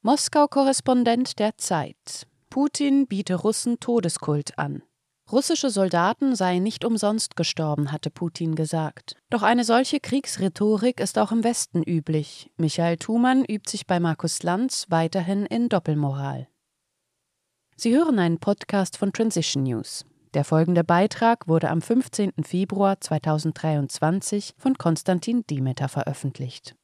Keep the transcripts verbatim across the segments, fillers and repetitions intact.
Moskau-Korrespondent der Zeit. Putin biete Russen Todeskult an. Russische Soldaten seien nicht umsonst gestorben, hatte Putin gesagt. Doch eine solche Kriegsrhetorik ist auch im Westen üblich. Michael Thumann übt sich bei Markus Lanz weiterhin in Doppelmoral. Sie hören einen Podcast von Transition News. Der folgende Beitrag wurde am fünfzehnten Februar zweitausenddreiundzwanzig von Konstantin Demeter veröffentlicht.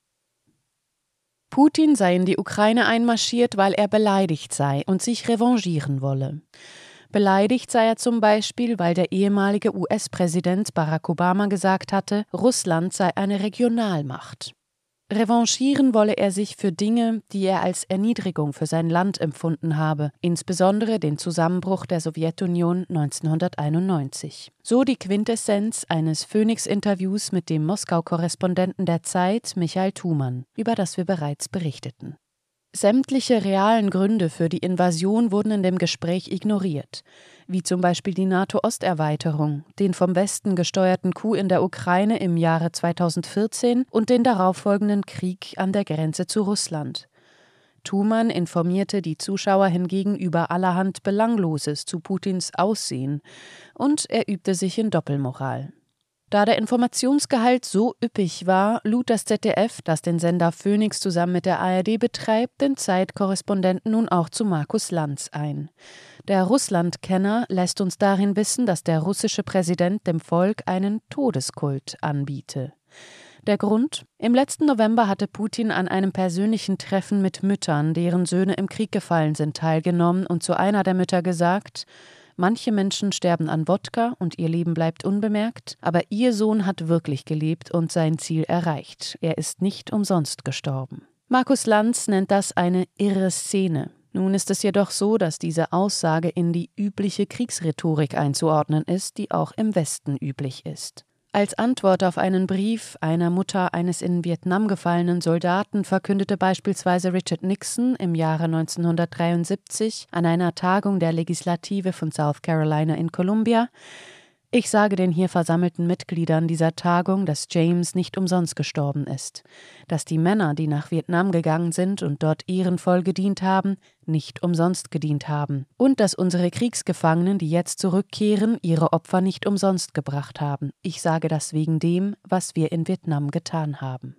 Putin sei in die Ukraine einmarschiert, weil er beleidigt sei und sich revanchieren wolle. Beleidigt sei er zum Beispiel, weil der ehemalige U S-Präsident Barack Obama gesagt hatte, Russland sei eine Regionalmacht. Revanchieren wolle er sich für Dinge, die er als Erniedrigung für sein Land empfunden habe, insbesondere den Zusammenbruch der Sowjetunion neunzehnhunderteinundneunzig. So die Quintessenz eines Phoenix-Interviews mit dem Moskau-Korrespondenten der Zeit, Michael Thumann, über das wir bereits berichteten. Sämtliche realen Gründe für die Invasion wurden in dem Gespräch ignoriert, wie zum Beispiel die NATO-Osterweiterung, den vom Westen gesteuerten Coup in der Ukraine im Jahre zweitausendvierzehn und den darauffolgenden Krieg an der Grenze zu Russland. Thumann informierte die Zuschauer hingegen über allerhand Belangloses zu Putins Aussehen und er übte sich in Doppelmoral. Da der Informationsgehalt so üppig war, lud das Z D F, das den Sender Phoenix zusammen mit der A R D betreibt, den Zeitkorrespondenten nun auch zu Markus Lanz ein. Der Russlandkenner lässt uns darin wissen, dass der russische Präsident dem Volk einen Todeskult anbiete. Der Grund? Im letzten November hatte Putin an einem persönlichen Treffen mit Müttern, deren Söhne im Krieg gefallen sind, teilgenommen und zu einer der Mütter gesagt: Manche Menschen sterben an Wodka und ihr Leben bleibt unbemerkt, aber ihr Sohn hat wirklich gelebt und sein Ziel erreicht. Er ist nicht umsonst gestorben. Markus Lanz nennt das eine irre Szene. Nun ist es jedoch so, dass diese Aussage in die übliche Kriegsrhetorik einzuordnen ist, die auch im Westen üblich ist. Als Antwort auf einen Brief einer Mutter eines in Vietnam gefallenen Soldaten verkündete beispielsweise Richard Nixon im Jahre neunzehnhundertdreiundsiebzig an einer Tagung der Legislative von South Carolina in Columbia: Ich sage den hier versammelten Mitgliedern dieser Tagung, dass James nicht umsonst gestorben ist, dass die Männer, die nach Vietnam gegangen sind und dort ehrenvoll gedient haben, nicht umsonst gedient haben und dass unsere Kriegsgefangenen, die jetzt zurückkehren, ihre Opfer nicht umsonst gebracht haben. Ich sage das wegen dem, was wir in Vietnam getan haben.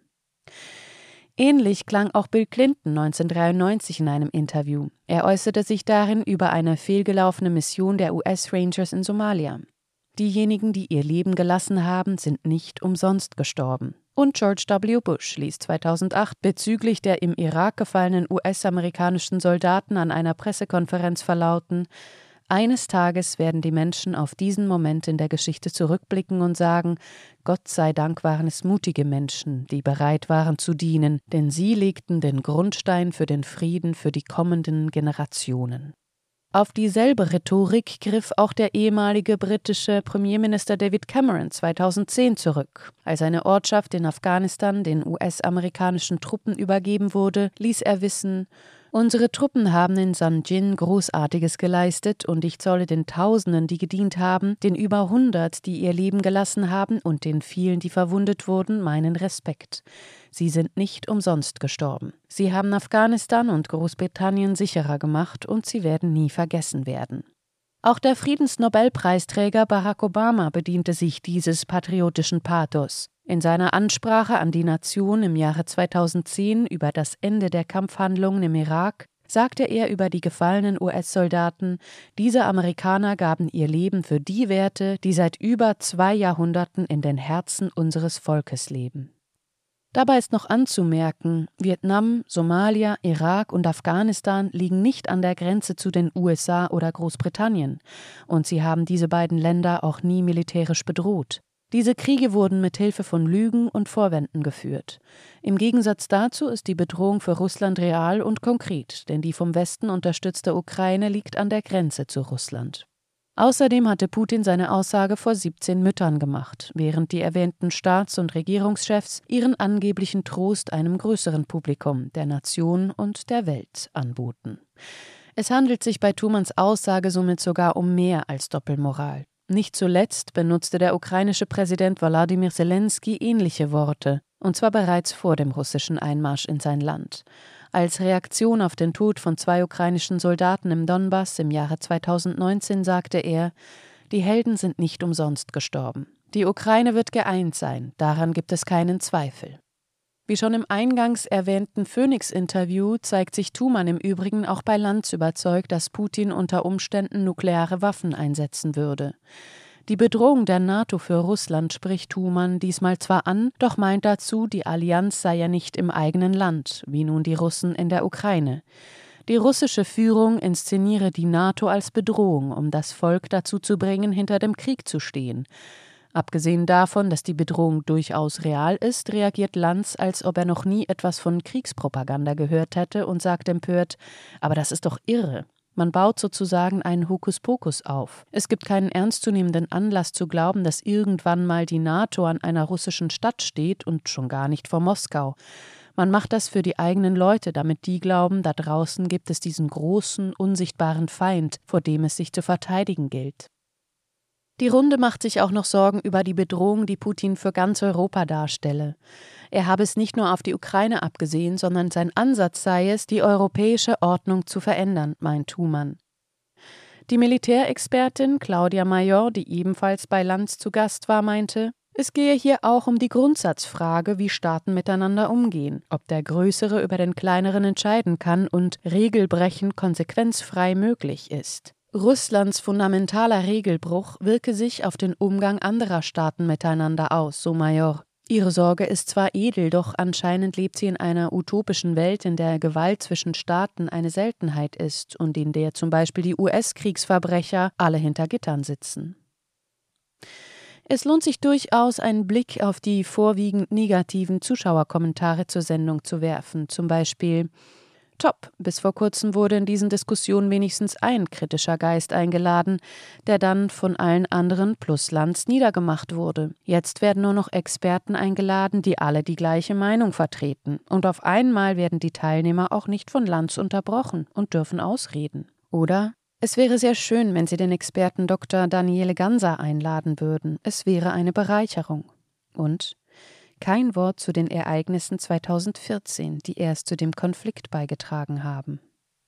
Ähnlich klang auch Bill Clinton neunzehnhundertdreiundneunzig in einem Interview. Er äußerte sich darin über eine fehlgelaufene Mission der U S-Rangers in Somalia. Diejenigen, die ihr Leben gelassen haben, sind nicht umsonst gestorben. Und George W. Bush ließ zweitausendacht bezüglich der im Irak gefallenen U S-amerikanischen Soldaten an einer Pressekonferenz verlauten: Eines Tages werden die Menschen auf diesen Moment in der Geschichte zurückblicken und sagen, Gott sei Dank waren es mutige Menschen, die bereit waren zu dienen, denn sie legten den Grundstein für den Frieden für die kommenden Generationen. Auf dieselbe Rhetorik griff auch der ehemalige britische Premierminister David Cameron zweitausendzehn zurück. Als eine Ortschaft in Afghanistan den U S-amerikanischen Truppen übergeben wurde, ließ er wissen: Unsere Truppen haben in Sanjin Großartiges geleistet und ich zolle den Tausenden, die gedient haben, den über hundert, die ihr Leben gelassen haben und den vielen, die verwundet wurden, meinen Respekt. Sie sind nicht umsonst gestorben. Sie haben Afghanistan und Großbritannien sicherer gemacht und sie werden nie vergessen werden. Auch der Friedensnobelpreisträger Barack Obama bediente sich dieses patriotischen Pathos. In seiner Ansprache an die Nation im Jahre zweitausendzehn über das Ende der Kampfhandlungen im Irak sagte er über die gefallenen U S-Soldaten, diese Amerikaner gaben ihr Leben für die Werte, die seit über zwei Jahrhunderten in den Herzen unseres Volkes leben. Dabei ist noch anzumerken, Vietnam, Somalia, Irak und Afghanistan liegen nicht an der Grenze zu den U S A oder Großbritannien und sie haben diese beiden Länder auch nie militärisch bedroht. Diese Kriege wurden mit Hilfe von Lügen und Vorwänden geführt. Im Gegensatz dazu ist die Bedrohung für Russland real und konkret, denn die vom Westen unterstützte Ukraine liegt an der Grenze zu Russland. Außerdem hatte Putin seine Aussage vor siebzehn Müttern gemacht, während die erwähnten Staats- und Regierungschefs ihren angeblichen Trost einem größeren Publikum, der Nation und der Welt, anboten. Es handelt sich bei Thumanns Aussage somit sogar um mehr als Doppelmoral. Nicht zuletzt benutzte der ukrainische Präsident Volodymyr Zelensky ähnliche Worte, und zwar bereits vor dem russischen Einmarsch in sein Land. Als Reaktion auf den Tod von zwei ukrainischen Soldaten im Donbass im Jahre zweitausendneunzehn sagte er: Die Helden sind nicht umsonst gestorben. Die Ukraine wird geeint sein, daran gibt es keinen Zweifel. Wie schon im eingangs erwähnten Phoenix-Interview zeigt sich Thumann im Übrigen auch bei Lanz überzeugt, dass Putin unter Umständen nukleare Waffen einsetzen würde. Die Bedrohung der NATO für Russland spricht Thumann diesmal zwar an, doch meint dazu, die Allianz sei ja nicht im eigenen Land, wie nun die Russen in der Ukraine. Die russische Führung inszeniere die NATO als Bedrohung, um das Volk dazu zu bringen, hinter dem Krieg zu stehen. Abgesehen davon, dass die Bedrohung durchaus real ist, reagiert Lanz, als ob er noch nie etwas von Kriegspropaganda gehört hätte und sagt empört: Aber das ist doch irre. Man baut sozusagen einen Hokuspokus auf. Es gibt keinen ernstzunehmenden Anlass zu glauben, dass irgendwann mal die NATO an einer russischen Stadt steht und schon gar nicht vor Moskau. Man macht das für die eigenen Leute, damit die glauben, da draußen gibt es diesen großen, unsichtbaren Feind, vor dem es sich zu verteidigen gilt. Die Runde macht sich auch noch Sorgen über die Bedrohung, die Putin für ganz Europa darstelle. Er habe es nicht nur auf die Ukraine abgesehen, sondern sein Ansatz sei es, die europäische Ordnung zu verändern, meint Thumann. Die Militärexpertin Claudia Major, die ebenfalls bei Lanz zu Gast war, meinte, es gehe hier auch um die Grundsatzfrage, wie Staaten miteinander umgehen, ob der Größere über den Kleineren entscheiden kann und Regelbrechen konsequenzfrei möglich ist. Russlands fundamentaler Regelbruch wirke sich auf den Umgang anderer Staaten miteinander aus, so Major. Ihre Sorge ist zwar edel, doch anscheinend lebt sie in einer utopischen Welt, in der Gewalt zwischen Staaten eine Seltenheit ist und in der zum Beispiel die U S-Kriegsverbrecher alle hinter Gittern sitzen. Es lohnt sich durchaus, einen Blick auf die vorwiegend negativen Zuschauerkommentare zur Sendung zu werfen, zum Beispiel: Top, bis vor kurzem wurde in diesen Diskussionen wenigstens ein kritischer Geist eingeladen, der dann von allen anderen plus Lanz niedergemacht wurde. Jetzt werden nur noch Experten eingeladen, die alle die gleiche Meinung vertreten. Und auf einmal werden die Teilnehmer auch nicht von Lanz unterbrochen und dürfen ausreden. Oder: Es wäre sehr schön, wenn Sie den Experten Doktor Daniele Ganser einladen würden. Es wäre eine Bereicherung. Und kein Wort zu den Ereignissen zweitausendvierzehn, die erst zu dem Konflikt beigetragen haben.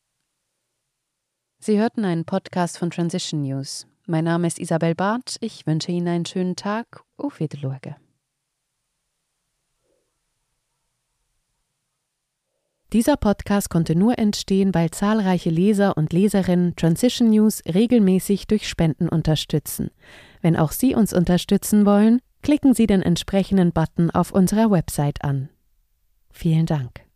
Sie hörten einen Podcast von Transition News. Mein Name ist Isabel Barth. Ich wünsche Ihnen einen schönen Tag. Auf Wiedersehen. Dieser Podcast konnte nur entstehen, weil zahlreiche Leser und Leserinnen Transition News regelmäßig durch Spenden unterstützen. Wenn auch Sie uns unterstützen wollen, klicken Sie den entsprechenden Button auf unserer Website an. Vielen Dank.